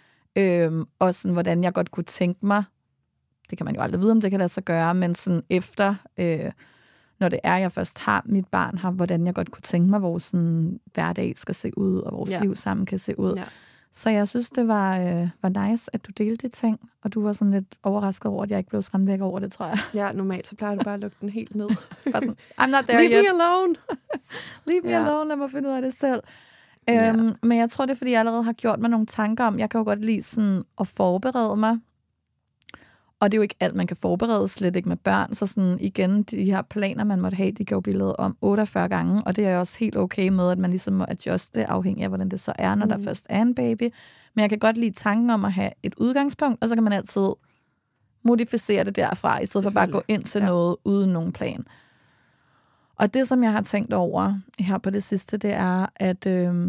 Og sådan, hvordan jeg godt kunne tænke mig. Det kan man jo aldrig vide, om det kan lade sig gøre, men sådan efter, når det er, jeg først har mit barn her, hvordan jeg godt kunne tænke mig, hvor sådan hverdag skal se ud, og vores liv sammen kan se ud. Ja. Så jeg synes, det var nice, at du delte de ting, og du var sådan lidt overrasket over, at jeg ikke blev skræmt væk over det, tror jeg. Ja, normalt så plejer du bare at lukke den helt ned. Bare sådan, I'm not there yet. Leave me alone. Leave me alone, lad mig finde ud af det selv. Men jeg tror, det er, fordi jeg allerede har gjort mig nogle tanker om, jeg kan jo godt lide sådan at forberede mig. Og det er jo ikke alt, man kan forberede, slet ikke med børn. Så sådan igen, de her planer, man måtte have, de kan jo blive lavet om 48 gange. Og det er jo også helt okay med, at man ligesom må adjuste, afhængig af, hvordan det så er, når der først er en baby. Men jeg kan godt lide tanken om at have et udgangspunkt, og så kan man altid modificere det derfra, i stedet for bare at gå ind til noget uden nogen plan. Og det, som jeg har tænkt over her på det sidste, det er, at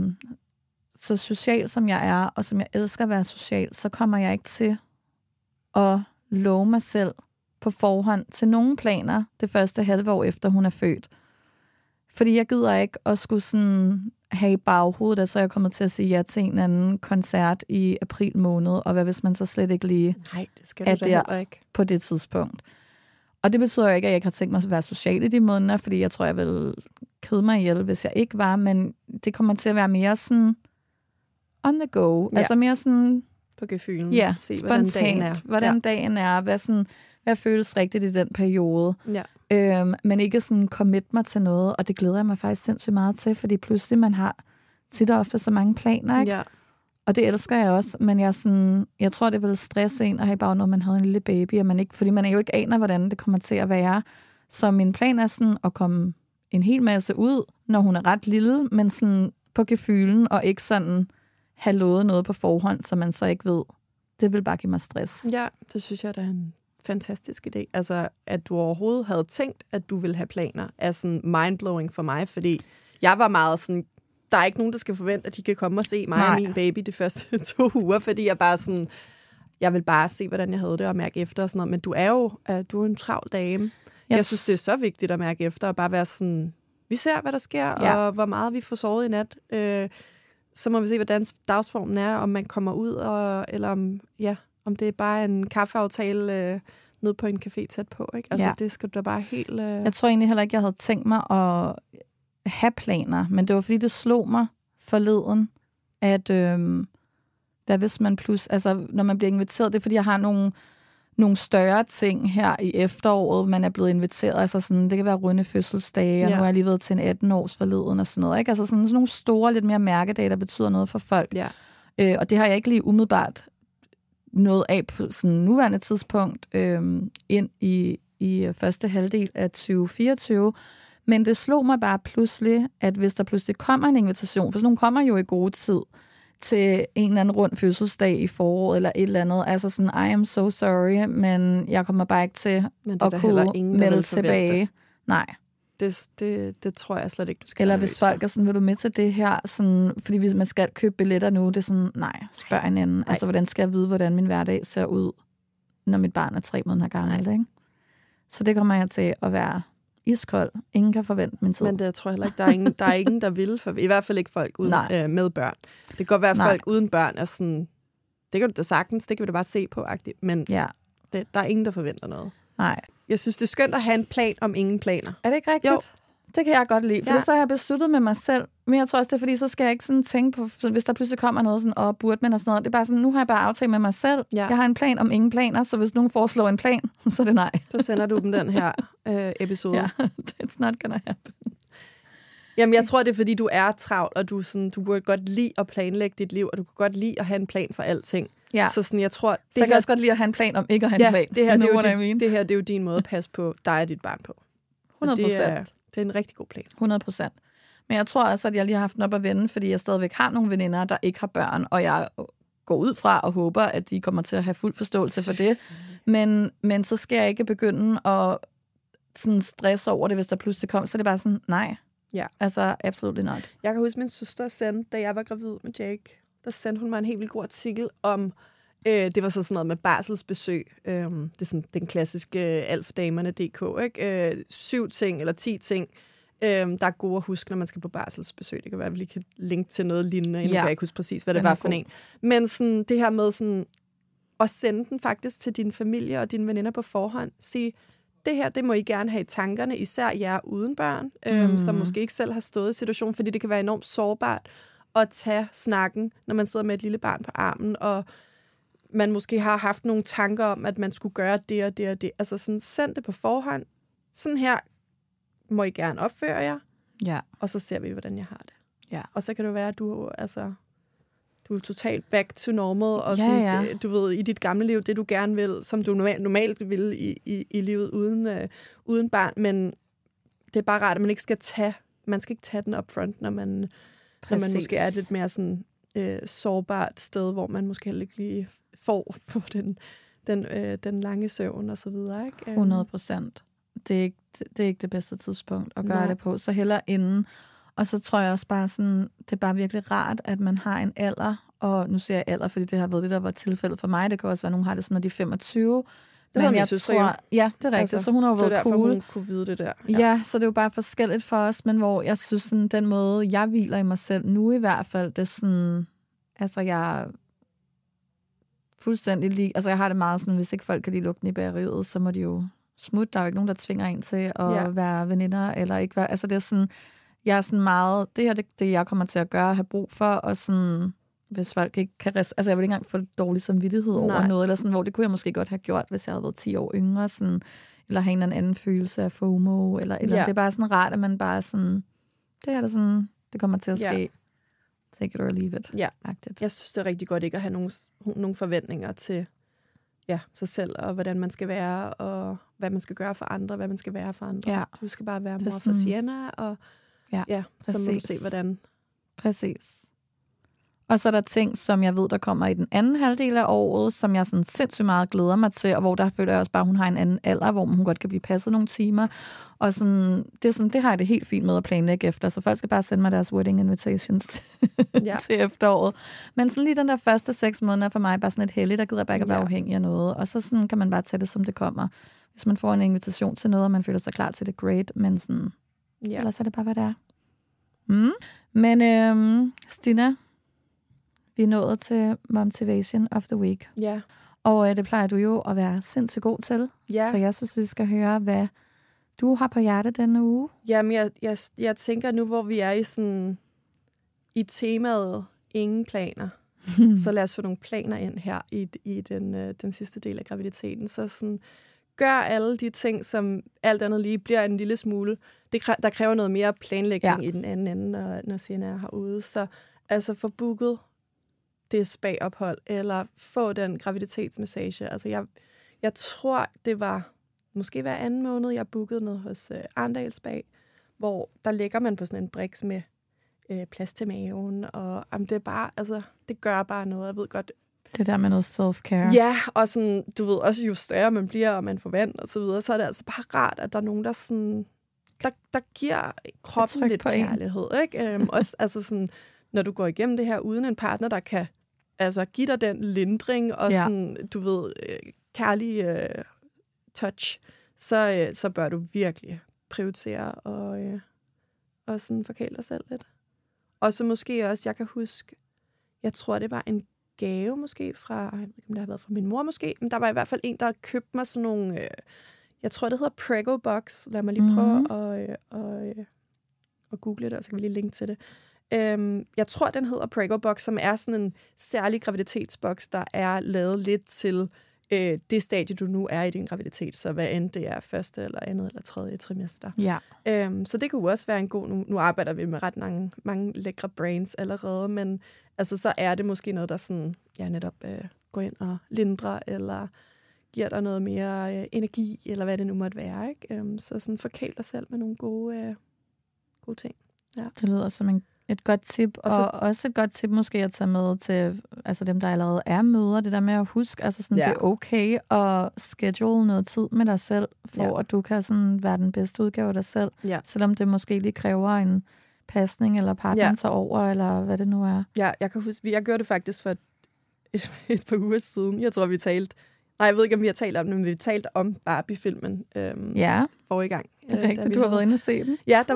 så social som jeg er, og som jeg elsker at være social, så kommer jeg ikke til at love mig selv på forhånd til nogle planer det første halve år efter hun er født. Fordi jeg gider ikke at skulle sådan have i baghovedet, at så er jeg kommet til at sige ja til en anden koncert i april måned, og hvad hvis man så slet ikke lige det skal du da ikke på det tidspunkt. Og det betyder jo ikke, at jeg ikke har tænkt mig at være social i de måneder, fordi jeg tror, jeg vil kede mig ihjel, hvis jeg ikke var, men det kommer til at være mere sådan on the go. Ja. Altså mere sådan... på gefylen. Ja, se, spontant. Hvordan dagen er. Hvad føles rigtigt i den periode. Ja. Men ikke sådan commit mig til noget, og det glæder jeg mig faktisk sindssygt meget til, fordi pludselig man har tit og ofte så mange planer, ikke? Ja. Og det elsker jeg også, men jeg tror, det vil stresse en at have bare, når man havde en lille baby, og fordi man jo ikke aner, hvordan det kommer til at være. Så min plan er sådan at komme en hel masse ud, når hun er ret lille, men sådan på gefylen, og ikke sådan have lovet noget på forhånd, som man så ikke ved. Det vil bare give mig stress. Ja, det synes jeg, der er en fantastisk idé. Altså, at du overhovedet havde tænkt, at du ville have planer, er sådan mindblowing for mig, fordi jeg var meget sådan, der er ikke nogen, der skal forvente, at de kan komme og se mig og min baby de første 2 uger, fordi jeg bare sådan, jeg vil bare se, hvordan jeg havde det og mærke efter og sådan noget. Men du er jo en travl dame. Jeg synes, det er så vigtigt at mærke efter og bare være sådan, vi ser, hvad der sker, og hvor meget vi får sovet i nat. Så må vi se, hvordan dagsformen er, om man kommer ud, eller om det er bare en kaffeaftale ned på en café tæt på. Ikke? Altså, det skal du da bare helt... Jeg tror egentlig heller ikke, jeg havde tænkt mig at have planer, men det var, fordi det slog mig forleden, at hvad hvis man altså, når man bliver inviteret, det er, fordi jeg har nogle større ting her i efteråret. Man er blevet inviteret, altså sådan, det kan være runde fødselsdage, og nu er jeg lige ved til en 18-års forleden og sådan noget. Ikke? Altså sådan nogle store, lidt mere mærkedage, der betyder noget for folk. Ja. Og det har jeg ikke lige umiddelbart noget af på sådan nuværende tidspunkt ind i første halvdel af 2024. Men det slog mig bare pludselig, at hvis der pludselig kommer en invitation, for sådan nogle kommer jo i gode tid, til en eller anden rund fødselsdag i foråret eller et eller andet. Altså sådan, I am so sorry, men jeg kommer bare ikke til at kunne melde tilbage. Nej. Det tror jeg slet ikke, du skal. Eller hvis folk er sådan, vil du med til det her? Sådan, fordi hvis man skal købe billetter nu, det er sådan, nej, spørg en anden. Altså, hvordan skal jeg vide, hvordan min hverdag ser ud, når mit barn er 3 måneder gammelt, ikke? Så det kommer jeg til at være iskold. Ingen kan forvente min tid. Men det tror jeg heller ikke. Der er ingen, der vil. I hvert fald ikke folk uden, med børn. Det kan godt være, at folk uden børn er sådan, det kan du da sagtens, det kan vi da bare se på. Men der er ingen, der forventer noget. Nej. Jeg synes, det er skønt at have en plan om ingen planer. Er det ikke rigtigt? Jo. Det kan jeg godt lide, for så har jeg besluttet med mig selv. Men jeg tror også, det er fordi, så skal jeg ikke sådan tænke på, hvis der pludselig kommer noget sådan, burde man og sådan noget. Det er bare sådan, nu har jeg bare aftalt med mig selv. Ja. Jeg har en plan om ingen planer, så hvis nogen foreslår en plan, så er det nej. Så sender du dem den her episode. Ja, it's not gonna happen. Jamen, jeg tror, det er fordi, du er travl, og du kan godt lide at planlægge dit liv, og du kan godt lide at have en plan for alting. Ja. Så sådan, jeg tror... Så jeg kan også godt lide at have en plan om ikke at have en plan. Det her, det er jo din måde at passe på dig og dit barn på. 100%. Det er en rigtig god plan. 100%. Men jeg tror også, at jeg lige har haft den op at vende, fordi jeg stadigvæk har nogle veninder, der ikke har børn, og jeg går ud fra og håber, at de kommer til at have fuld forståelse for det. Men så skal jeg ikke begynde at sådan stresse over det, hvis der pludselig kommer. Så er det bare sådan, nej. Ja. Altså, absolut not. Jeg kan huske, min søster sendte, da jeg var gravid med Jake, der sendte hun mig en helt vildt god artikel om, det var så sådan noget med barselsbesøg. Det er sådan den klassiske alfdamerne.dk, ikke? 7 ting eller 10 ting, der er gode at huske, når man skal på barselsbesøg. Det kan være, at vi lige kan linke til noget lignende. Nu kan jeg ikke huske præcis, hvad det var for en. Men sådan, det her med sådan, at sende den faktisk til din familie og dine veninder på forhånd. Sige, det her, det må I gerne have i tankerne, især jer uden børn, som måske ikke selv har stået i situationen, fordi det kan være enormt sårbart at tage snakken, når man sidder med et lille barn på armen, og man måske har haft nogle tanker om, at man skulle gøre det og det og det. Altså sådan, send det på forhånd. Sådan her må I gerne opføre jer, og så ser vi, hvordan jeg har det. Ja. Og så kan det være, at du er totalt back to normal, og sådan, du ved, i dit gamle liv, det du gerne vil, som du normalt vil i livet uden barn, men det er bare rart, at man ikke skal tage den up front, når man måske er lidt mere sådan sårbart sted, hvor man måske heller ikke lige får på den lange søvn og så videre, ikke? 100%. Det er ikke det bedste tidspunkt at gøre det på, så heller inden. Og så tror jeg også bare sådan, det er bare virkelig rart, at man har en alder, og nu siger jeg alder, fordi det har været det, der var tilfældet for mig. Det kan også være, at nogen har det sådan, når de er 25. Det men jeg tror, ja, det er rigtigt. Altså, så hun har været derfor, cool. Hun kunne vide det der. Ja, så det er jo bare forskelligt for os, men hvor jeg synes, sådan, den måde, jeg hviler i mig selv nu i hvert fald, det er sådan, altså jeg fuldstændig lige, altså jeg har det meget sådan, hvis ikke folk kan lide lugten i bageriet, så må de jo smutte. Der er jo ikke nogen, der tvinger en til at være veninder, eller ikke være, altså det er sådan, jeg er sådan meget, det her det jeg kommer til at gøre, have brug for, og sådan, hvis folk ikke kan, altså jeg vil ikke engang få dårlig samvittighed over noget, eller sådan, hvor det kunne jeg måske godt have gjort, hvis jeg havde været 10 år yngre, sådan, eller have en eller anden følelse af FOMO, eller det er bare sådan rart, at man bare sådan, det er der sådan, det kommer til at ske. Take it or leave it. Ja, jeg synes, det er rigtig godt ikke at have nogle forventninger til sig selv, og hvordan man skal være, og hvad man skal gøre for andre, hvad man skal være for andre. Ja. Du skal bare være mor for Sienna, og så må du se, hvordan. Præcis. Og så er der ting, som jeg ved, der kommer i den anden halvdel af året, som jeg sådan sindssygt meget glæder mig til, og hvor der føler jeg også bare, at hun har en anden alder, hvor hun godt kan blive passet nogle timer. Og sådan, det har jeg det helt fint med at planlægge efter, så folk skal bare sende mig deres wedding invitations til efteråret. Men sådan lige den der første 6 måneder for mig er bare sådan et heldigt, der gider bare ikke at være afhængig af noget. Og så sådan kan man bare tage det, som det kommer. Hvis man får en invitation til noget, og man føler sig klar til det, great, men sådan, ellers er det bare, hvad det er. Men Stina, vi er nået til Motivation of the Week. Ja. Og det plejer du jo at være sindssygt god til. Ja. Så jeg synes, vi skal høre, hvad du har på hjertet denne uge. Jamen, jeg tænker nu, hvor vi er i temaet ingen planer, så lad os få nogle planer ind her i den sidste del af graviditeten. Så sådan, gør alle de ting, som alt andet lige bliver en lille smule. Der kræver noget mere planlægning i den anden ende, når Sienna er herude. Så altså få booket det spa-ophold, eller få den graviditetsmassage. Altså jeg tror, det var måske hver anden måned, jeg bookede noget hos Arndal Spa, hvor der ligger man på sådan en briks med plads til maven, og det er bare, altså, det gør bare noget. Jeg ved godt, det der med noget self-care. Ja, og sådan, du ved, også jo større man bliver, og man får vand og så videre, så er det altså bare rart, at der er nogen, der sådan, der giver kroppen lidt kærlighed, ikke? Også, altså sådan, når du går igennem det her uden en partner, der kan altså give dig den lindring og sådan, du ved, kærlig touch, så bør du virkelig prioritere og sådan forkæle dig selv lidt. Og så måske også, jeg kan huske, jeg tror, det var en gave måske fra, jeg ved ikke, om det har været fra min mor måske, men der var i hvert fald en, der købte mig sådan nogle, jeg tror, det hedder Prego Box. Lad mig lige prøve at google det, og så kan vi lige linke til det. Jeg tror, den hedder Prego Box, som er sådan en særlig graviditetsboks, der er lavet lidt til det stadie, du nu er i din graviditet. Så hvad end det er første, eller andet, eller tredje trimester. Ja. Så det kunne også være en god... Nu arbejder vi med ret mange lækre brands allerede, men altså, så er det måske noget, der sådan, netop går ind og lindrer, eller giver dig noget mere energi, eller hvad det nu måtte være. Ikke? Så sådan forkæl dig selv med nogle gode ting. Ja. Det lyder som et godt tip, og også et godt tip måske at tage med til altså dem, der allerede er mødre. Det der med at huske, altså sådan, det er okay at schedule noget tid med dig selv, for at du kan sådan være den bedste udgave af dig selv, selvom det måske lige kræver en pasning, eller partneren tager over, eller hvad det nu er. Ja, jeg kan huske, jeg gjorde det faktisk for et par uger siden. Jeg tror, vi talte... Nej, jeg ved ikke, om vi har talt om det, men vi talte om Barbie-filmen forrige gang. Det er rigtigt, du har været inde og se den. Ja,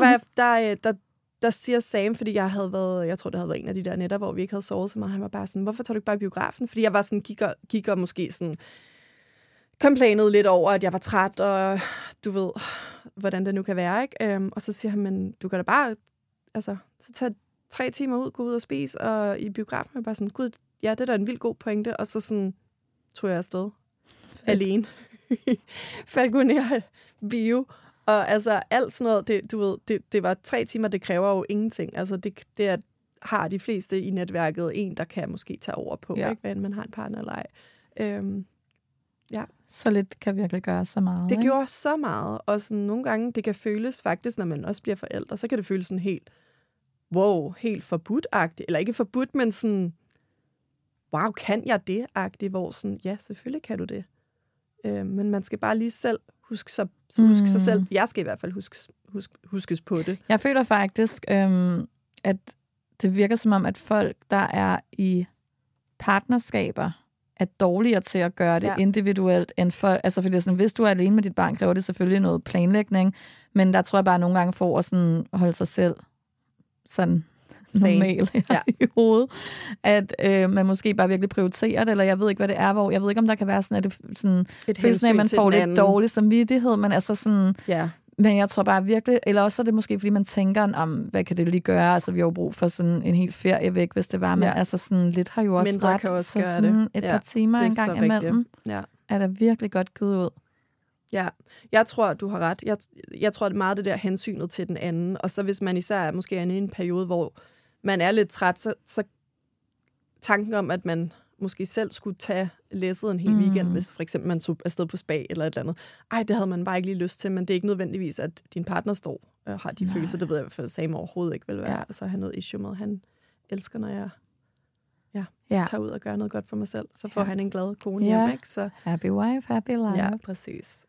der siger Sam, fordi jeg tror, det havde været en af de der nætter, hvor vi ikke havde sovet så meget. Han var bare sådan, hvorfor tager du ikke bare i biografen? Fordi jeg var sådan, gik og måske sådan, complainede lidt over, at jeg var træt, og du ved, hvordan det nu kan være, ikke? Og så siger han, men du kan da bare, altså, så tage 3 timer ud, gå ud og spise, og i biografen er bare sådan, gud, ja, det er da en vildt god pointe, og så sådan, tog jeg afsted alene. Falconer bio. Og altså alt sådan noget, du ved, det var 3 timer, det kræver jo ingenting. Altså det har de fleste i netværket en, der kan måske tage over på, ikke? Hvad man har en partner eller ej. Så lidt kan virkelig gøre så meget. Det gjorde så meget, og sådan nogle gange, det kan føles faktisk, når man også bliver forældre, så kan det føles sådan helt, helt forbudt-agtigt. Eller ikke forbudt, men sådan, wow, kan jeg det-agtigt, hvor sådan, ja, selvfølgelig kan du det. Men man skal bare lige selv huske sig selv. Jeg skal i hvert fald huskes på det. Jeg føler faktisk, at det virker som om, at folk, der er i partnerskaber, er dårligere til at gøre det individuelt end folk. Altså, fordi sådan, hvis du er alene med dit barn, kræver det selvfølgelig noget planlægning, men der tror jeg bare nogle gange for at sådan holde sig selv sådan normal i hovedet, at man måske bare virkelig prioriterer det, eller jeg ved ikke, hvad det er, hvor jeg ved ikke, om der kan være sådan, at det sådan, at man får lidt dårlig samvittighed, men altså sådan, men jeg tror bare virkelig, eller også er det måske, fordi man tænker om, hvad kan det lige gøre, altså vi har jo brug for sådan en hel ferie væk, hvis det var, men altså sådan, lidt har jo også mindre ret, kan også så gøre sådan det. Et par timer en gang imellem, er der virkelig godt givet ud. Ja, jeg tror, du har ret. Jeg tror, det er meget det der hensynet til den anden, og så hvis man især er måske i en periode, hvor man er lidt træt, så tanken om, at man måske selv skulle tage læsset en hel weekend, hvis for eksempel man tog afsted på spa eller et eller andet. Ej, det havde man bare ikke lige lyst til, men det er ikke nødvendigvis, at din partner står og har de følelser. Det ved jeg i hvert fald, Sam overhovedet ikke vil være. Altså, han har noget issue med. Han elsker, når jeg tager ud og gør noget godt for mig selv. Så får han en glad kone hjem, ikke? Så, happy wife, happy life. Ja, præcis.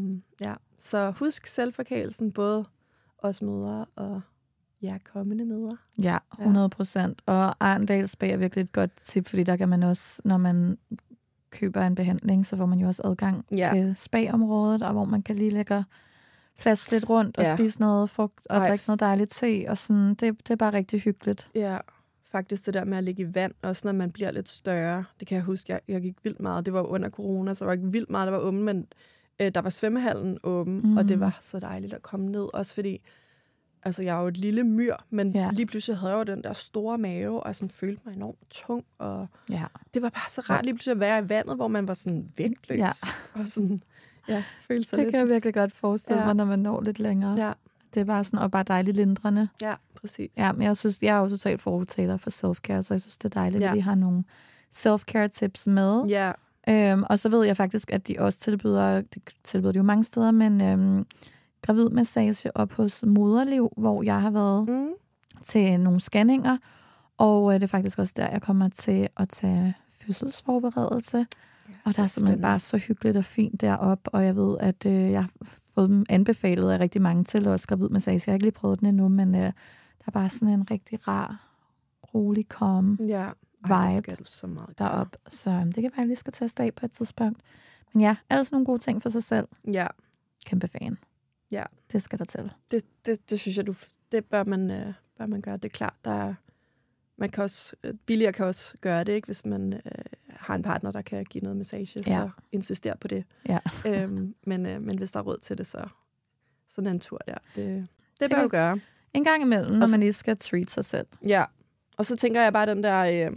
Så husk selvforkælelsen, både os mødre og kommende mødre. Ja, 100%. Og Arndal Spa er virkelig et godt tip, fordi der kan man også, når man køber en behandling, så får man jo også adgang til spa-området, og hvor man kan lige lægge plads lidt rundt og spise noget frugt og drikke noget dejligt te. Og sådan, det er bare rigtig hyggeligt. Ja, faktisk det der med at ligge i vand, også når man bliver lidt større. Det kan jeg huske, jeg gik vildt meget. Det var under corona, så var ikke vildt meget, der var åben, men der var svømmehallen åben, og det var så dejligt at komme ned. Også fordi Altså, jeg er jo et lille myr, men lige pludselig havde jeg jo den der store mave, og sådan følte mig enormt tung. Og det var bare så rart lige pludselig at være i vandet, hvor man var sådan vægtløs. Ja. Og sådan, følte sig det lidt. kan jeg virkelig godt forestille mig, når man når lidt længere. Ja. Det er bare sådan, og bare dejligt lindrende. Ja, præcis. Ja, men jeg synes, jeg er jo totalt forudtaler for self-care, så jeg synes, det er dejligt, at vi har nogle self-care tips med. Ja. Og så ved jeg faktisk, at de også tilbyder de jo mange steder, men gravidmassage op hos Moderliv, hvor jeg har været til nogle scanninger, og det er faktisk også der, jeg kommer til at tage fødselsforberedelse. Ja, og der er simpelthen bare så hyggeligt og fint deroppe, og jeg ved, at jeg har fået dem anbefalet af rigtig mange til også gravidmassage. Jeg har ikke lige prøvet den endnu, men der er bare sådan en rigtig rar, rolig, calm vibe deroppe. Så det kan være, at jeg lige skal teste af på et tidspunkt. Men ja, altså nogle gode ting for sig selv. Ja. Kæmpe fan. Ja. Det skal der til. Det synes jeg, det bør man gøre. Det er klart, man kan også, billigere kan også gøre det, ikke? Hvis man har en partner, der kan give noget massage, så insister på det. Ja. Men hvis der er råd til det, så sådan en tur der, det bør du gøre. En gang imellem, når man lige skal treat sig selv. Ja, og så tænker jeg bare den der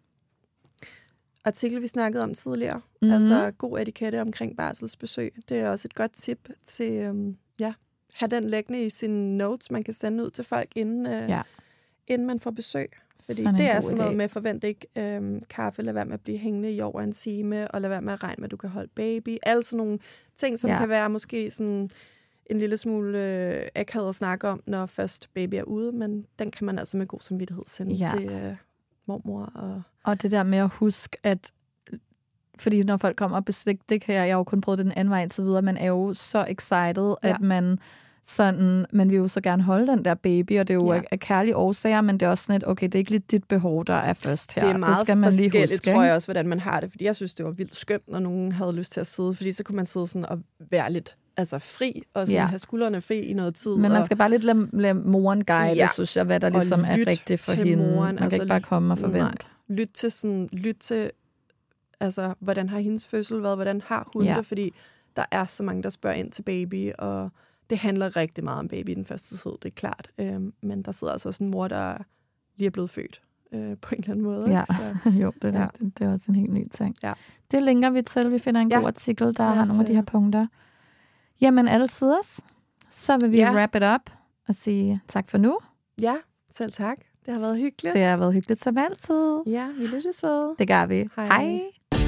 artikel, vi snakkede om tidligere. Altså god etikette omkring barselsbesøg. Det er også et godt tip til have den liggende i sine notes, man kan sende ud til folk, inden man får besøg. Fordi det er sådan noget med, forvent ikke kaffe, lad være med at blive hængende i over en time, og lad være med at regne med, at du kan holde baby. Alle sådan nogle ting, som kan være måske sådan en lille smule akavet at snakke om, når først baby er ude, men den kan man altså med god samvittighed sende til mormor. Og det der med at huske, at fordi når folk kommer og besøger, det kan jeg jo kun prøve den anden vej indtil videre, man er jo så excited, at man vil jo så gerne holde den der baby, og det er jo af kærlige årsager, men det er også sådan et, okay, det er ikke lige dit behov, der er først her. Det er meget forskelligt, tror jeg også, hvordan man har det, fordi jeg synes, det var vildt skønt, når nogen havde lyst til at sidde, fordi så kunne man sidde sådan og være lidt fri, og sådan have skuldrene fri i noget tid. Men man skal bare lidt lade moren guide, synes jeg, hvad der ligesom er rigtigt for hende. Moren, man kan ikke bare komme og forvente. Lyt til hvordan har hendes fødsel været, hvordan har hun det, fordi der er så mange, der spørger ind til baby, og det handler rigtig meget om baby i den første tid, det er klart. Men der sidder altså også en mor, der lige er blevet født på en eller anden måde. Ja, så, jo, det er rigtigt. Det er også en helt ny ting. Ja. Det linker vi til. Vi finder en god artikel, der har nogle af de her punkter. Jamen, alle siders. Så vil vi wrap it up og sige tak for nu. Ja, selv tak. Det har været hyggeligt. Det har været hyggeligt som altid. Ja, vi lyttes ved. Det gør vi. Hej.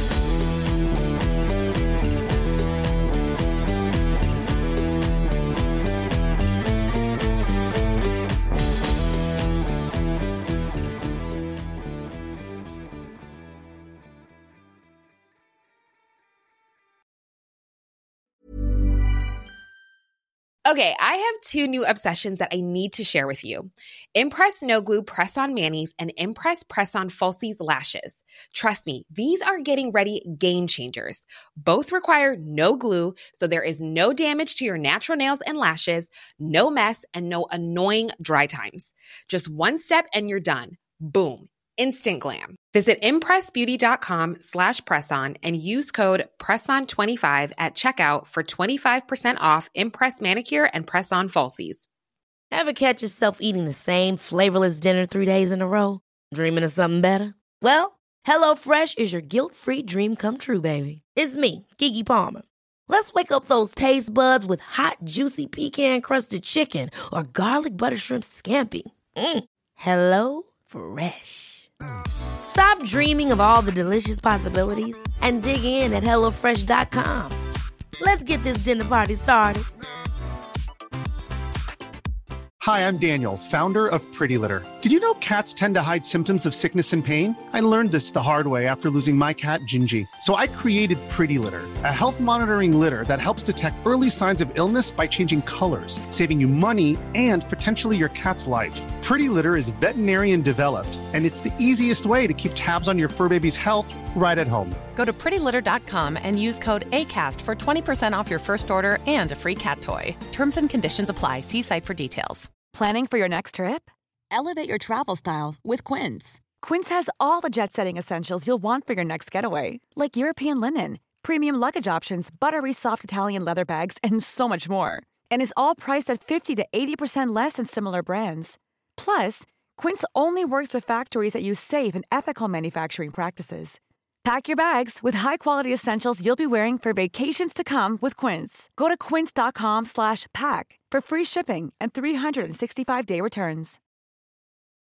Okay, I have two new obsessions that I need to share with you. Impress No Glue Press-On Manis and Impress Press-On Falsies Lashes. Trust me, these are getting ready game changers. Both require no glue, so there is no damage to your natural nails and lashes, no mess, and no annoying dry times. Just one step and you're done. Boom. Instant glam. Visit impressbeauty.com/presson and use code PRESSON25 at checkout for 25% off Impress Manicure and Press-On Falsies. Ever catch yourself eating the same flavorless dinner 3 days in a row? Dreaming of something better? Well, HelloFresh is your guilt-free dream come true, baby. It's me, Keke Palmer. Let's wake up those taste buds with hot, juicy pecan-crusted chicken or garlic butter shrimp scampi. Hello Fresh. Stop dreaming of all the delicious possibilities and dig in at HelloFresh.com. Let's get this dinner party started. Hi, I'm Daniel, founder of Pretty Litter. Did you know cats tend to hide symptoms of sickness and pain? I learned this the hard way after losing my cat, Gingy. So I created Pretty Litter, a health monitoring litter that helps detect early signs of illness by changing colors, saving you money and potentially your cat's life. Pretty Litter is veterinarian developed, and it's the easiest way to keep tabs on your fur baby's health right at home. Go to prettylitter.com and use code ACAST for 20% off your first order and a free cat toy. Terms and conditions apply. See site for details. Planning for your next trip? Elevate your travel style with Quince. Quince has all the jet-setting essentials you'll want for your next getaway, like European linen, premium luggage options, buttery soft Italian leather bags, and so much more. And is all priced at 50 to 80% less than similar brands. Plus, Quince only works with factories that use safe and ethical manufacturing practices. Pack your bags with high-quality essentials you'll be wearing for vacations to come with Quince. Go to quince.com/pack for free shipping and 365-day returns.